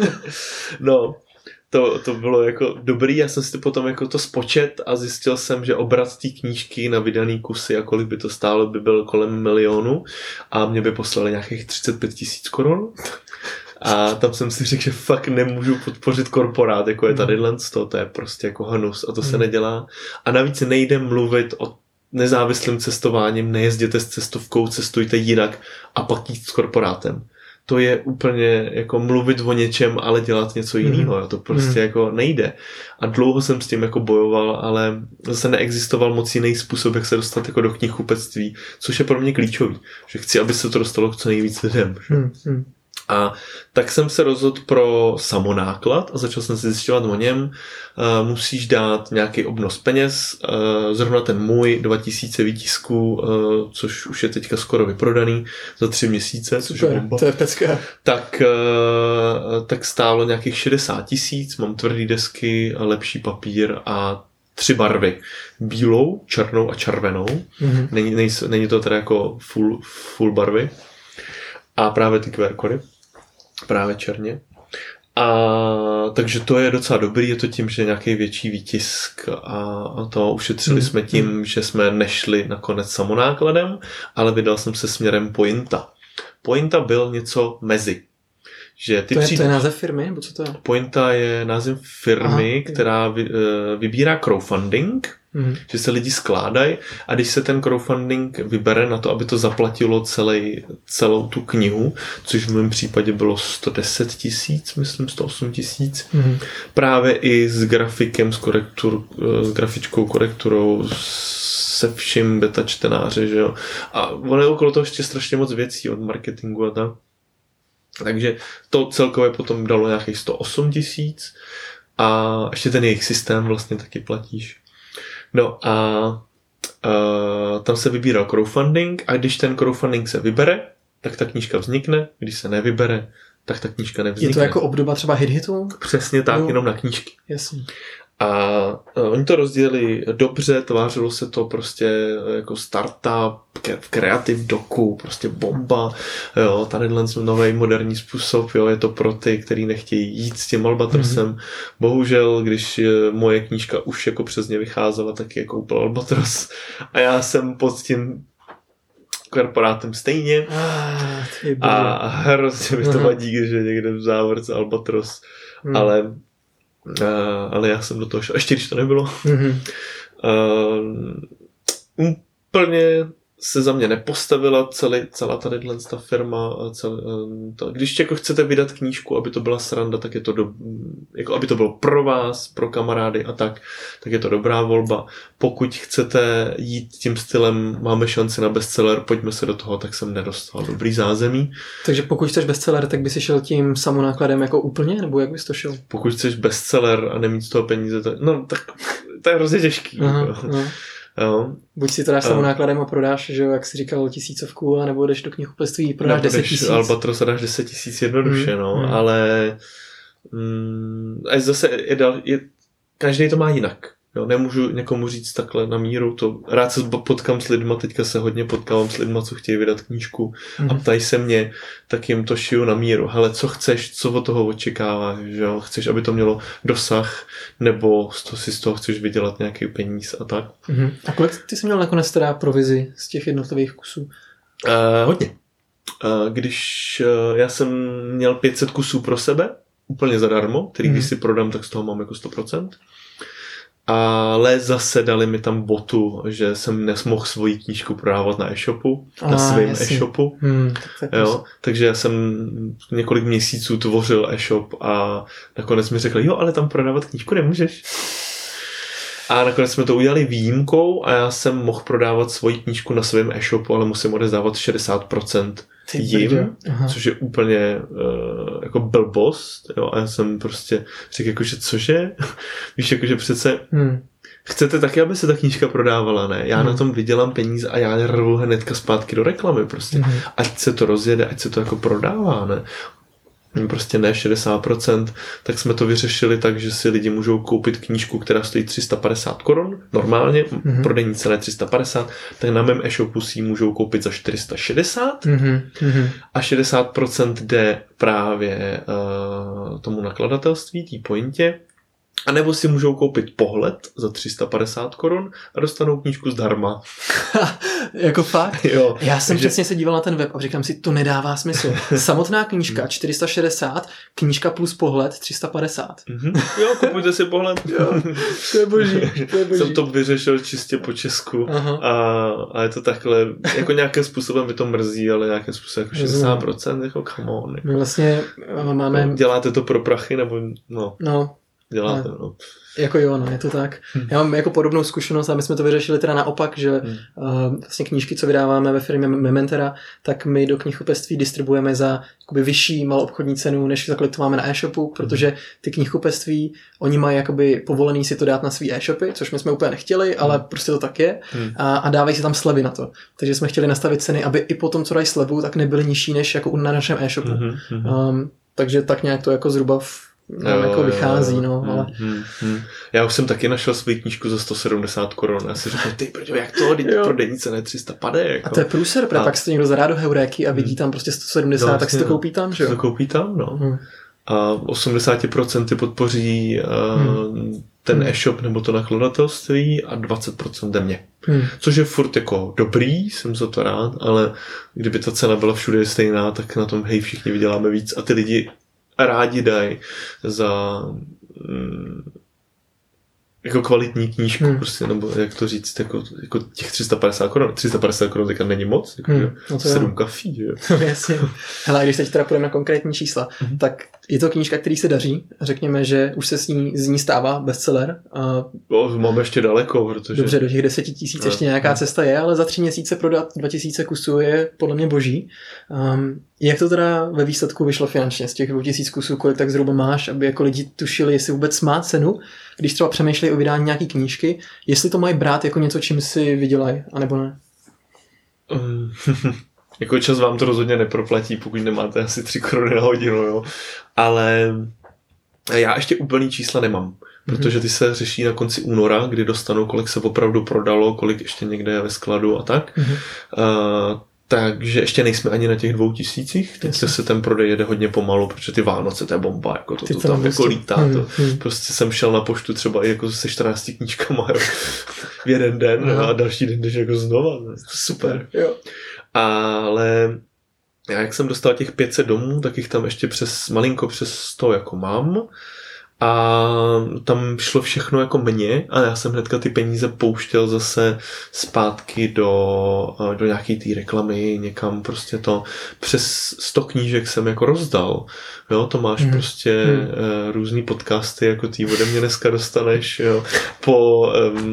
[SPEAKER 2] No, to bylo jako dobrý, já jsem si potom jako to spočet a zjistil jsem, že obrat té knížky na vydaný kusy a kolik by to stálo, by byl kolem 1 milionu a mě by poslali nějakých 35 000 korun. A tam jsem si řekl, že fakt nemůžu podpořit korporát, jako je tady to je prostě jako hnus a to se nedělá. A navíc nejde mluvit o nezávislým cestováním, nejezděte s cestovkou, cestujte jinak a pak jít s korporátem. To je úplně jako mluvit o něčem, ale dělat něco jiného. To prostě jako nejde. A dlouho jsem s tím jako bojoval, ale zase neexistoval moc jiný způsob, jak se dostat jako do knihkupectví, což je pro mě klíčový. Že chci, aby se to dostalo k co nejvíc lidem. A tak jsem se rozhodl pro samonáklad a začal jsem si zjišťovat o něm. Musíš dát nějaký obnos peněz, zrovna ten můj 2000 výtisků, což už je teďka skoro vyprodaný za 3 měsíce.
[SPEAKER 1] Super, to je pecka.
[SPEAKER 2] Tak stálo nějakých 60 000, mám tvrdý desky, lepší papír a 3 barvy. Bílou, černou a červenou. Mm-hmm. Není to teda jako full barvy. A právě ty QR kody. Právě černě. A takže to je docela dobrý, je to tím, že nějaký větší výtisk a to ušetřili jsme tím, že jsme nešli nakonec samonákladem, ale vydal jsem se směrem Pointa. Pointa byl něco mezi. Že
[SPEAKER 1] to je název firmy, nebo co to je?
[SPEAKER 2] Pointa je název firmy, která vybírá crowdfunding, že se lidi skládají a když se ten crowdfunding vybere na to, aby to zaplatilo celou tu knihu, což v mém případě bylo 110 000, myslím 108 000, právě i s grafikem, s grafickou korekturou, se vším beta čtenáře, že jo. A ono je okolo toho ještě strašně moc věcí od marketingu a tak. Takže to celkově potom dalo nějakých 108 000 a ještě ten jejich systém vlastně taky platíš. No a tam se vybíral crowdfunding a když ten crowdfunding se vybere, tak ta knížka vznikne, když se nevybere, tak ta knížka nevznikne.
[SPEAKER 1] Je to jako obdoba třeba hit-hitu?
[SPEAKER 2] Přesně tak, jenom na knížky.
[SPEAKER 1] Jasně.
[SPEAKER 2] A oni to rozdělili dobře, tvářilo se to prostě jako startup, kreativ doku, prostě bomba, jo, tadyhle nový moderní způsob, jo, je to pro ty, který nechtějí jít s tím Albatrosem. Bohužel, když moje knížka už jako přes ně vycházela, tak je koupil Albatros a já jsem pod tím korporátem stejně a hrozně mi to vadí, že někde v závorce Albatros, ale já jsem do toho šel, ještě když to nebylo. Úplně se za mě nepostavila celá tadyhle ta firma. Když jako chcete vydat knížku, aby to byla sranda, tak je to jako aby to bylo pro vás, pro kamarády a tak je to dobrá volba. Pokud chcete jít tím stylem, máme šanci na bestseller, pojďme se do toho, tak jsem nedostal dobrý zázemí.
[SPEAKER 1] Takže pokud chceš bestseller, tak by si šel tím samonákladem jako úplně, nebo jak bys to šel?
[SPEAKER 2] Pokud chceš bestseller a nemít z toho peníze, tak to je hrozně těžký. Jo.
[SPEAKER 1] Buď si to dáš samonákladem a prodáš, že jak jsi říkal, 1000, anebo jdeš do knihkupectví, prodáš 10 000.
[SPEAKER 2] Albatros a dáš 10 000 jednoduše, ale zase každý to má jinak. Jo, nemůžu někomu říct takhle na míru, rád se potkám s lidma, teďka se hodně potkávám s lidma, co chtějí vydat knížku a ptají se mě, tak jim to šiju na míru. Hele, co chceš, co od toho očekáváš, že jo? Chceš, aby to mělo dosah, nebo si z toho chceš vydělat nějaký peníz a tak.
[SPEAKER 1] A kolik ty jsi měl nakonec teda provizi z těch jednotlivých kusů?
[SPEAKER 2] Hodně. Když já jsem měl 500 kusů pro sebe, úplně zadarmo, který když si prodám, tak z toho mám jako 100%. Ale zase dali mi tam botu, že jsem nesmohl svoji knížku prodávat na e-shopu, na svém e-shopu. Jo, takže já jsem několik měsíců tvořil e-shop a nakonec mi řekli, jo, ale tam prodávat knížku nemůžeš. A nakonec jsme to udělali výjimkou a já jsem mohl prodávat svoji knížku na svém e-shopu, ale musím odezdávat 60% jim, což je úplně jako blbost. Jo? A já jsem prostě řekl, jakože cože? Víš, jakože přece chcete taky, aby se ta knížka prodávala, ne? Já na tom vydělám peníze a já rvu hnedka zpátky do reklamy prostě. Ať se to rozjede, ať se to jako prodává, ne? Prostě ne 60%, tak jsme to vyřešili tak, že si lidi můžou koupit knížku, která stojí 350 Kč, normálně, prodejní cena je 350, tak na mém e-shopu si ji můžou koupit za 460 a 60% jde právě tomu nakladatelství, té Pointě, a nebo si můžou koupit pohled za 350 Kč a dostanou knížku zdarma.
[SPEAKER 1] Jako fakt?
[SPEAKER 2] Jo.
[SPEAKER 1] Já jsem přesně se díval na ten web a říkám si, to nedává smysl. Samotná knížka 460, knížka plus pohled 350.
[SPEAKER 2] Jo, kupujte si pohled.
[SPEAKER 1] Jo, to je boží.
[SPEAKER 2] Jsem to vyřešil čistě po česku a je to takhle, jako nějakým způsobem mi to mrzí, ale nějakým způsobem jako 60%, jako come on. Jako.
[SPEAKER 1] My vlastně máme...
[SPEAKER 2] Děláte to pro prachy, nebo
[SPEAKER 1] No,
[SPEAKER 2] děláte, no.
[SPEAKER 1] Jako jo, no, je to tak. Já mám jako podobnou zkušenost a my jsme to vyřešili teda naopak, že vlastně knížky, co vydáváme ve firmě Mementera, tak my do knihkupectví distribuujeme za jakoby vyšší maloobchodní cenu, než za kolik to máme na e-shopu, protože ty knihkupectví, oni mají jakoby povolený si to dát na svý e-shopy, což my jsme úplně nechtěli, ale prostě to tak je a dávají si tam slevy na to. Takže jsme chtěli nastavit ceny, aby i po tom, co dají slevu, tak nebyly nižší než jako na našem e-shopu. Takže tak nějak to jako zhruba jako vychází, no, ale...
[SPEAKER 2] Já už jsem taky našel svou knížku za 170 korun. Já si říkám, ty brďo, jak to? Prodejnice ne 350 jako.
[SPEAKER 1] A to je průser, pak se to někdo zadá do Heuréky a vidí tam prostě 170, no, tak si to koupí tam, že jo?
[SPEAKER 2] To koupí tam, no. A 80% podpoří ten e-shop nebo to nakladatelství a 20% jde mě. Což je furt jako dobrý, jsem za to rád, ale kdyby ta cena byla všude stejná, tak na tom všichni vyděláme víc a ty lidi rádi dají za jako kvalitní knížku, prostě, nebo jak to říct, jako těch 350 korun. 350 korun teďka není moc, jako, no 7 kafí, že jo.
[SPEAKER 1] No jasně. Hele, když teď teda půjdeme na konkrétní čísla, tak je to knížka, který se daří. Řekněme, že už se z ní stává bestseller.
[SPEAKER 2] Máme ještě daleko, protože...
[SPEAKER 1] Dobře, do těch 10 000 ještě nějaká cesta je, ale za 3 měsíce prodat 2000 kusů je podle mě boží. Jak to teda ve výsledku vyšlo finančně z těch 2000 kusů, kolik tak zhruba máš, aby jako lidi tušili, jestli vůbec má cenu, když třeba přemýšlejí o vydání nějaký knížky, jestli to mají brát jako něco, čím si vydělají, anebo ne?
[SPEAKER 2] Jako čas vám to rozhodně neproplatí, pokud nemáte asi 3 koruny na hodinu, jo. Ale já ještě úplný čísla nemám, protože ty se řeší na konci února, kdy dostanou, kolik se opravdu prodalo, kolik ještě někde je ve skladu a tak. Takže ještě nejsme ani na těch 2000. Teď se ten prodej jede hodně pomalu, protože ty Vánoce, to je bomba, jako to tam jako lítá. Prostě jsem šel na poštu třeba i jako se 14 knížkama v jeden den a další den jdeš jako znova. To je super.
[SPEAKER 1] Jo.
[SPEAKER 2] Ale já jak jsem dostal těch 500 domů, tak jich tam ještě malinko přes 100 jako mám. A tam šlo všechno jako mně a já jsem hnedka ty peníze pouštěl zase zpátky do nějaký té reklamy, někam prostě to. Přes 100 knížek jsem jako rozdal. Jo, to máš prostě různý podcasty, jako ty ode mě dneska dostaneš, jo, po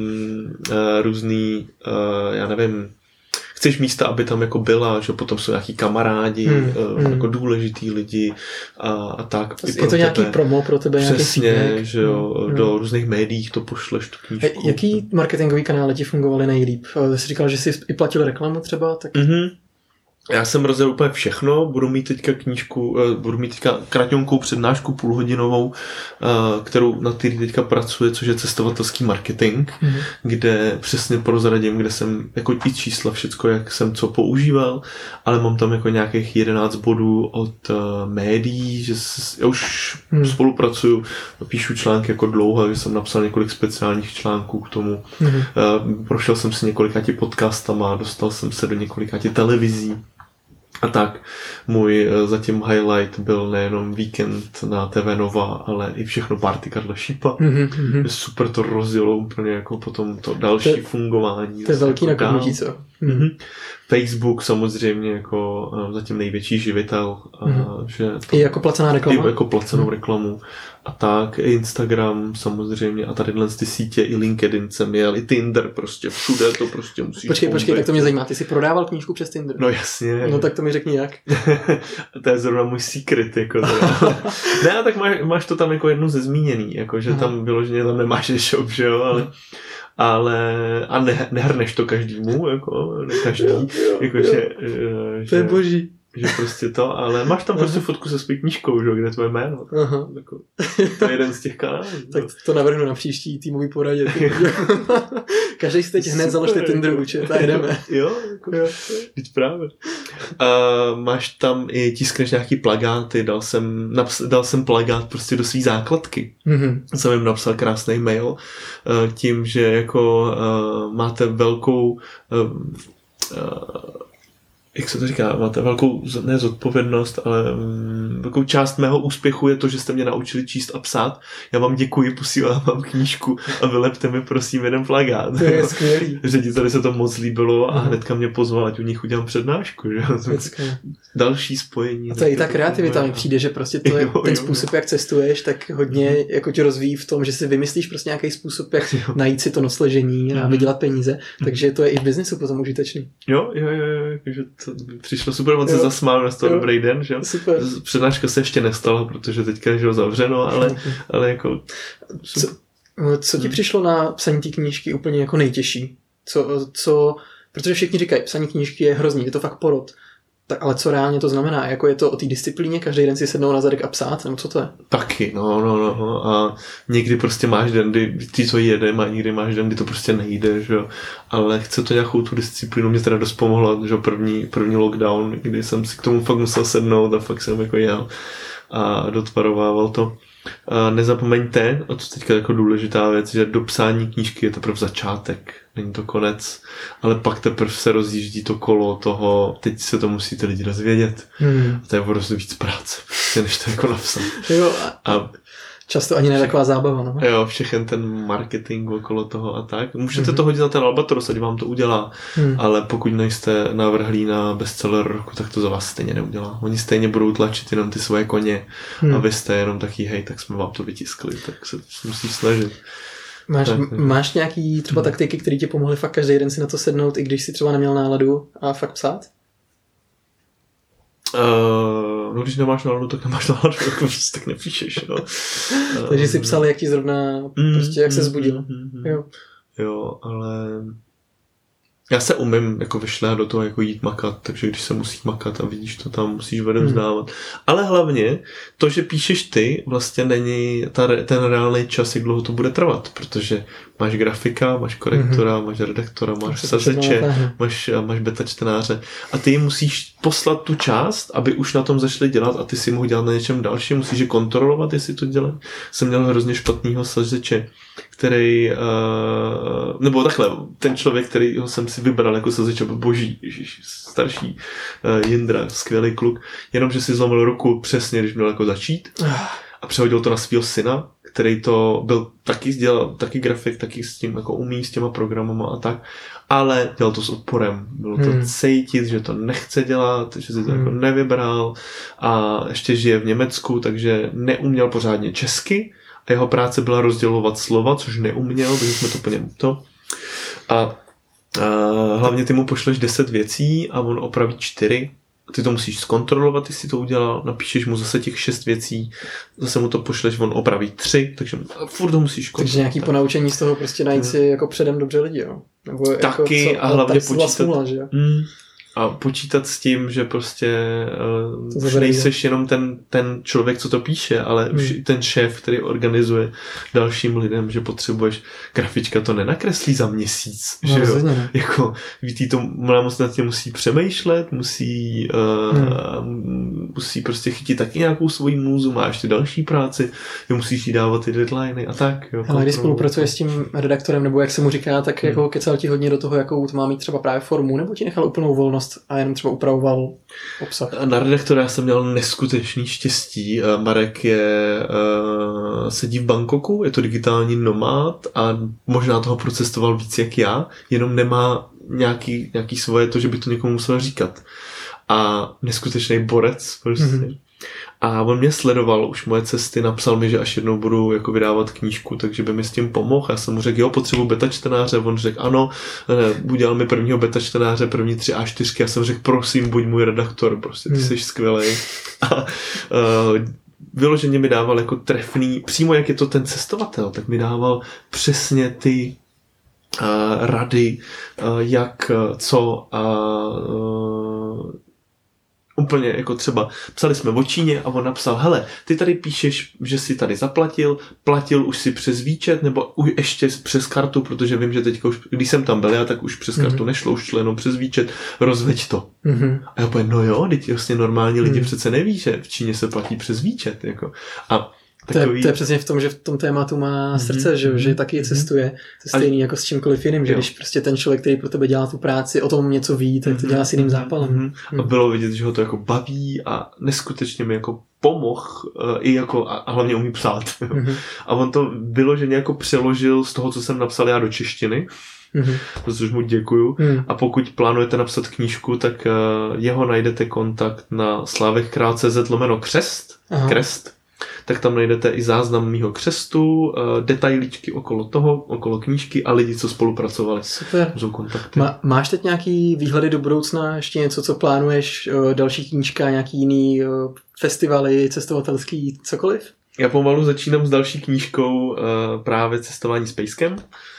[SPEAKER 2] různý, já nevím, chceš místa, aby tam jako byla, že potom jsou nějaký kamarádi, jako důležitý lidi a tak.
[SPEAKER 1] Je to nějaký promo pro tebe?
[SPEAKER 2] Přesně, že jo, do různých médií to pošleš tu knížku.
[SPEAKER 1] Jaký marketingový kanály ti fungovaly nejlíp? Jsi říkal, že jsi i platil reklamu třeba? Tak...
[SPEAKER 2] Já jsem rozjel úplně všechno, budu mít teďka kraťonkou přednášku půlhodinovou, na který teďka pracuje, což je cestovatelský marketing, kde přesně prozradím, kde jsem jako i čísla, všecko, jak jsem co používal, ale mám tam jako nějakých 11 bodů od médií, že já už spolupracuju, píšu články jako dlouho, že jsem napsal několik speciálních článků k tomu. Prošel jsem si několika podcastama, dostal jsem se do několika televizí. A tak, můj zatím highlight byl nejenom víkend na TV Nova, ale i všechno Party Karla Šípa. Super to rozjelo úplně jako potom to další fungování.
[SPEAKER 1] To je velký
[SPEAKER 2] jako
[SPEAKER 1] nakopnutí, co?
[SPEAKER 2] Facebook samozřejmě jako zatím největší živitel. Že
[SPEAKER 1] I jako placená reklama?
[SPEAKER 2] I jako placenou reklamu. A tak, Instagram samozřejmě a tady ty sítě, i LinkedIn jsem jel, i Tinder prostě, všude to prostě musíš
[SPEAKER 1] Počkej, tak to mě zajímá, ty jsi prodával knížku přes Tinder?
[SPEAKER 2] No jasně.
[SPEAKER 1] No tak to mi řekni jak.
[SPEAKER 2] To je zrovna můj secret, jako ne, tak máš to tam jako jednu ze zmíněný, jako že tam vyloženě tam nemáš e-shop, že jo, ale nehrneš to každému, jako ne každý, jakože
[SPEAKER 1] to je boží.
[SPEAKER 2] Že prostě to, ale máš tam prostě fotku se svou knížkou, že, kde je tvoje jméno. Jako, to je jeden z těch kanálů.
[SPEAKER 1] Tak to navrhnu na příští týmový poradě. Každý si teď hned založte Tinder účet a jedeme.
[SPEAKER 2] Jo, jako, teď právě. Máš tam i tiskneš nějaký plagáty, dal jsem plagát prostě do svý základky. Jsem jim napsal krásný mail tím, že jako máte velkou jak se to říká, máte velkou, ne zodpovědnost, ale velkou část mého úspěchu je to, že jste mě naučili číst a psát. Já vám děkuji, posílám vám knížku a vylepte mi prosím jeden plagát.
[SPEAKER 1] To je skvělý.
[SPEAKER 2] Řediteli se to moc líbilo a hnedka mě pozval, ať u nich udělám přednášku. Že? Další spojení.
[SPEAKER 1] A to je i ta kreativita mi přijde, že prostě to je ten způsob, jak cestuješ, tak hodně jako tě rozvíjí v tom, že si vymyslíš prostě nějaký způsob, jak najít si to nosležení a vydělat peníze. Takže to je i v biznesu potom užitečný.
[SPEAKER 2] Jo, že to přišlo super, on se zasmál, na toho dobrý den, že jo. Přednáška se ještě nestala, protože teďka je zavřeno, ale jako...
[SPEAKER 1] Co ti přišlo na psaní té knížky úplně jako nejtěžší? Protože všichni říkají, psaní knížky je hrozný, je to fakt porod. Tak, ale co reálně to znamená? Jako je to o té disciplíně, každý den si sednou na zadek a psát, nebo co to je?
[SPEAKER 2] Taky, no. A někdy prostě máš den, kdy ty to jedem a někdy máš den, kdy to prostě nejde, že jo. Ale chce to nějakou tu disciplínu, mě teda dost pomohla, že první lockdown, kdy jsem si k tomu fakt musel sednout a fakt jsem jako jel a dotvarovával to. A nezapomeňte, a to teďka jako důležitá věc, že do psání knížky je teprve začátek, není to konec, ale pak teprve se rozjíždí to kolo toho, teď se to musíte lidi dozvědět. A to je prostě víc práce, než to jako napsat.
[SPEAKER 1] Jo, a často ani ne taková zábava, no.
[SPEAKER 2] Jo, všechen ten marketing okolo toho a tak. Můžete to hodit na ten Albatros, ať vám to udělá, ale pokud nejste navrhlí na bestseller roku, tak to za vás stejně neudělá. Oni stejně budou tlačit jenom ty svoje koně a vy jste jenom taky, hej, tak jsme vám to vytiskli, tak se musíš snažit.
[SPEAKER 1] Máš nějaký třeba taktiky, které ti pomohly fakt každý den si na to sednout, i když si třeba neměl náladu a fakt psát?
[SPEAKER 2] No, když nemáš náladu, tak nemáš náladu, tak nepíšeš, no.
[SPEAKER 1] Takže jsi psal, jak ti zrovna, prostě jak se zbudil.
[SPEAKER 2] Jo, ale já se umím jako vyšlehat do toho, jako jít makat, takže když se musí makat a vidíš to tam, musíš odevzdávat. Ale hlavně to, že píšeš ty, vlastně není ten reálný čas, jak dlouho to bude trvat, protože máš grafika, máš korektora, máš redaktora, máš sazeče, máš beta čtenáře a ty jim musíš poslat tu část, aby už na tom začali dělat a ty si mohl dělat na něčem dalším, musíš je kontrolovat, jestli to dělají. Jsem měl hrozně špatného sazeče, který, nebo takhle, ten člověk, kterýho jsem si vybral jako sazeče, byl boží, starší Jindra, skvělý kluk, jenomže si zlomil ruku přesně, když měl jako začít a přehodil to na svého syna, který to byl dělal taky grafik, taky s tím jako umí s těma programama a tak, ale dělal to s odporem. Bylo to cítit, že to nechce dělat, že si to jako nevybral a ještě žije v Německu, takže neuměl pořádně česky a jeho práce byla rozdělovat slova, což neuměl, takže jsme to plně to. A hlavně ty mu pošleš 10 věcí a on opraví 4. Ty to musíš zkontrolovat, jestli to udělal, napíšeš mu zase těch 6 věcí, zase mu to pošleš, on opraví 3, takže furt to musíš kontrolovat.
[SPEAKER 1] Takže nějaký ponaučení z toho prostě najít si jako předem dobře lidi, jo? Nebo
[SPEAKER 2] taky
[SPEAKER 1] jako
[SPEAKER 2] a hlavně počítat.
[SPEAKER 1] Smula, že jo?
[SPEAKER 2] A počítat s tím, že prostě už nejseš jenom ten člověk, co to píše, ale už i ten šéf, který organizuje dalším lidem, že potřebuješ, grafička to nenakreslí za měsíc, že jo? Jako, víte, to moc nad tím musí přemýšlet, musí prostě chytit taky nějakou svoji můzu, má ještě další práci, musíš jí dávat ty deadliny a tak. Jo,
[SPEAKER 1] ale když spolupracuješ s tím redaktorem, nebo jak se mu říká, tak jako kecal ti hodně do toho, jakou to má mít třeba právě formu, nebo ti nechal úplnou volnost a jenom třeba upravoval obsah.
[SPEAKER 2] Na redaktora jsem měl neskutečný štěstí. Marek sedí v Bangkoku, je to digitální nomád a možná toho procestoval víc jak já, jenom nemá nějaký svoje to, že by to někomu musel říkat. A neskutečný borec prostě. A on mě sledoval už moje cesty, napsal mi, že až jednou budu jako vydávat knížku, takže by mi s tím pomohl. Já jsem mu řekl, jo, potřebuji beta čtenáře, on řekl, ano, udělal mi prvního beta čtenáře, první 3 A4, já jsem řekl, prosím, buď můj redaktor, prostě ty jsi skvělej. A vyloženě mi dával jako trefný, přímo jak je to ten cestovatel, tak mi dával přesně ty rady, jak, co a úplně jako třeba psali jsme o Číně a on napsal, hele, ty tady píšeš, že jsi tady platil už si přes výčet nebo už ještě přes kartu, protože vím, že teďka už, když jsem tam byl já, tak už přes kartu nešlo, už šlo jenom přes výčet, rozveď to. A já povím, no jo, teď vlastně normální lidi přece neví, že v Číně se platí přes výčet. Jako. A
[SPEAKER 1] To je přesně v tom, že v tom tématu má srdce, že taky cestuje. To je stejný jako s čímkoliv jiným, že když prostě ten člověk, který pro tebe dělá tu práci, o tom něco ví, tak to dělá s jiným zápalem.
[SPEAKER 2] A bylo vidět, že ho to jako baví a neskutečně mi jako pomohl i jako a hlavně umí psát. A on to bylo, že nějak přeložil z toho, co jsem napsal já do češtiny. Protože mu děkuju. A pokud plánujete napsat knížku, tak jeho najdete kontakt na slavekkrál.cz/křest, tak tam najdete i záznam mýho křestu, detailíčky okolo knížky a lidi, co spolupracovali.
[SPEAKER 1] Super.
[SPEAKER 2] Jsou kontakty.
[SPEAKER 1] Máš teď nějaký výhledy do budoucna, ještě něco, co plánuješ, další knížka, nějaký jiný festivaly, cestovatelský, cokoliv?
[SPEAKER 2] Já pomalu začínám s další knížkou právě Cestování s pejskem.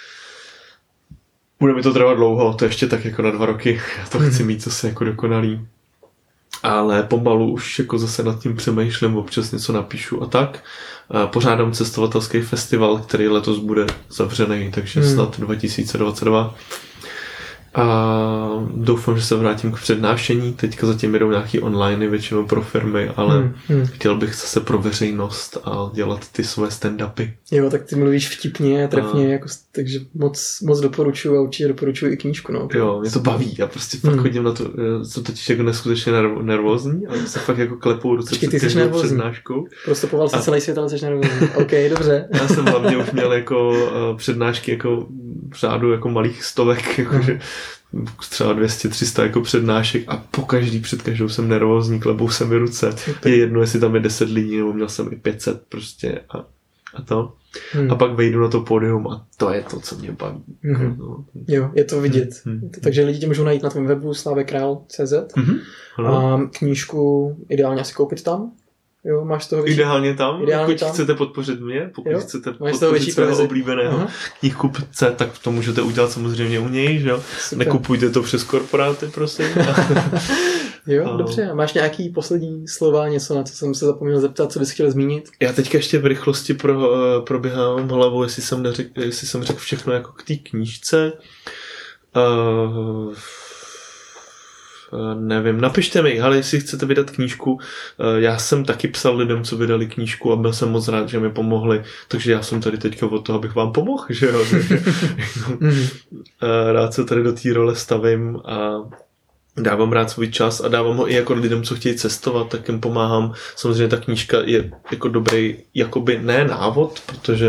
[SPEAKER 2] Bude mi to trvat dlouho, to ještě tak jako na 2 roky. Já to chci mít zase jako dokonalý. Ale pomalu už jako zase nad tím přemýšlím, občas něco napíšu a tak. Pořádám cestovatelský festival, který letos bude zavřený, takže snad 2022. A doufám, že se vrátím k přednášení. Teďka zatím jedou nějaký online, většinou pro firmy, ale chtěl bych zase pro veřejnost a dělat ty své stand-upy.
[SPEAKER 1] Jo, tak ty mluvíš vtipně, trefně, jako, takže moc doporučuji a určitě doporučuji i knížku. No.
[SPEAKER 2] Jo, mě to baví. Já prostě fakt chodím na to, jsem totiž jako neskutečně nervózní, ale se fakt jako klepou ruce
[SPEAKER 1] před každou přednáškou. Prostopoval jsi celý svět, ale jsi nervózní. OK, dobře.
[SPEAKER 2] Já jsem hlavně už měl jako přednášky jako v řádu jako malých stovek, jakože třeba 200-300 jako přednášek a před každou jsem nervózní, klepou se mi ruce. Je jedno, jestli tam je 10 lidí, nebo měl jsem i 500 prostě a to. A pak vejdu na to pódium a to je to, co mě baví. No.
[SPEAKER 1] Jo, je to vidět. Takže lidi tě můžou najít na tvém webu slavekkrál.cz a knížku ideálně asi koupit tam. Jo, máš toho větší...
[SPEAKER 2] Ideálně tam, pokud chcete podpořit mě, pokud chcete podpořit svého oblíbeného knihkupce, tak to můžete udělat samozřejmě u něj, že jo? Nekupujte to přes korporáty, prosím.
[SPEAKER 1] Jo, dobře. A máš nějaký poslední slova, něco, na co jsem se zapomněl zeptat, co bys chtěl zmínit?
[SPEAKER 2] Já teďka ještě v rychlosti proběhám hlavou, jestli jsem řekl všechno jako k té knížce. Nevím, napište mi, ale jestli chcete vydat knížku, já jsem taky psal lidem, co vydali knížku a byl jsem moc rád, že mi pomohli, takže já jsem tady teďka od toho, abych vám pomohl, že jo, rád se tady do té role stavím a dávám rád svůj čas a dávám ho i jako lidem, co chtějí cestovat, tak jim pomáhám. Samozřejmě ta knížka je jako dobrý, jakoby ne návod,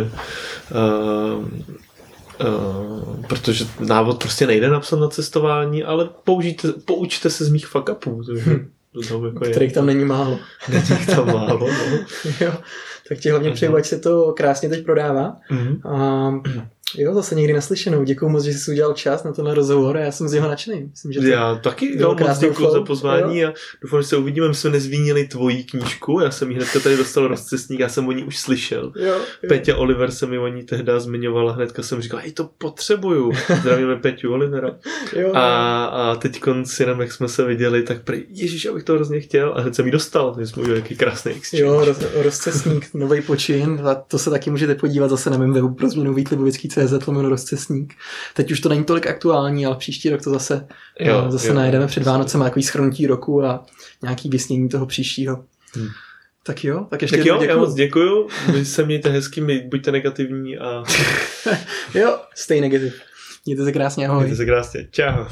[SPEAKER 2] protože návod prostě nejde napsat na cestování, ale poučte se z mých fuck upů,
[SPEAKER 1] kterých tam není málo.
[SPEAKER 2] Není tam málo, no.
[SPEAKER 1] Jo, tak ti hlavně přeju, ať se to krásně teď prodává. Jo, zase někdy naslyšenou. Děkuju moc, že jsi udělal čas na tenhle rozhovor a já jsem z něho nadšený. Myslím, že
[SPEAKER 2] já taky moc děkuju za pozvání a doufám, že se uvidíme. My jsme nezmínili tvoji knížku, já jsem ji hnedka tady dostal Rozcestník, já jsem o ní už slyšel. Jo. Peťa Oliver se mi o ní tehdy zmiňovala, hnedka jsem říkal, hej, to potřebuju. Zdravíme Peťu Olivera. Jo. A teď jenom, jak jsme se viděli, tak ježiš, abych to hrozně chtěl a hned jsem ji dostal. My jsme udělali jaký krásný exchange.
[SPEAKER 1] Jo, Rozcestník, nový počin, a to se taky můžete podívat zase na mém webu pro změnu Rozcestník. Teď už to není tolik aktuální, ale příští rok to zase najdeme před Vánocem, takový shrnutí roku a nějaký vysnění toho příštího. Tak jo, tak ještě
[SPEAKER 2] děkuju. Já moc děkuju, vy se mějte hezky, buďte negativní a...
[SPEAKER 1] Jo, stay negative. Mějte se krásně, ahoj.
[SPEAKER 2] Mějte se krásně, čau.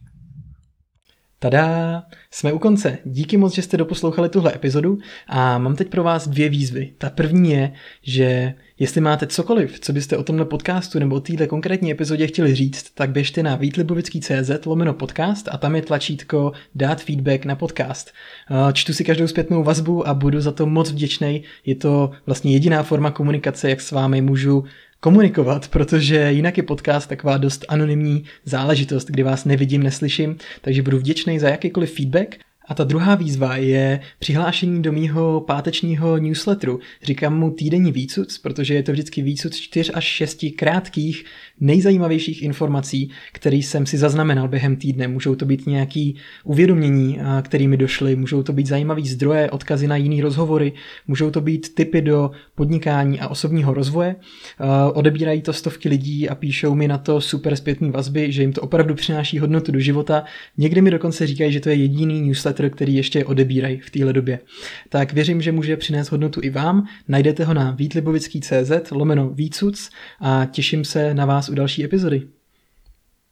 [SPEAKER 1] Tada, jsme u konce. Díky moc, že jste doposlouchali tuhle epizodu a mám teď pro vás 2 výzvy. Ta první je, že jestli máte cokoliv, co byste o tomhle podcastu nebo o téhle konkrétní epizodě chtěli říct, tak běžte na vítlibovický.cz/podcast a tam je tlačítko dát feedback na podcast. Čtu si každou zpětnou vazbu a budu za to moc vděčnej. Je to vlastně jediná forma komunikace, jak s vámi můžu komunikovat, protože jinak je podcast taková dost anonymní záležitost, kdy vás nevidím, neslyším, takže budu vděčný za jakýkoliv feedback. A ta druhá výzva je přihlášení do mýho pátečního newsletteru. Říkám mu týdenní výcuc, protože je to vždycky výcuc 4 až 6 krátkých, nejzajímavějších informací, které jsem si zaznamenal během týdne. Můžou to být nějaké uvědomění, které mi došly, můžou to být zajímavý zdroje, odkazy na jiný rozhovory, můžou to být tipy do podnikání a osobního rozvoje. Odebírají to stovky lidí a píšou mi na to super zpětné vazby, že jim to opravdu přináší hodnotu do života. Někdy mi dokonce říkají, že to je jediný newsletter, newsletter, který ještě odebírají v téhle době. Tak věřím, že může přinést hodnotu i vám. Najdete ho na vítlibovický.cz/vícuc a těším se na vás u další epizody.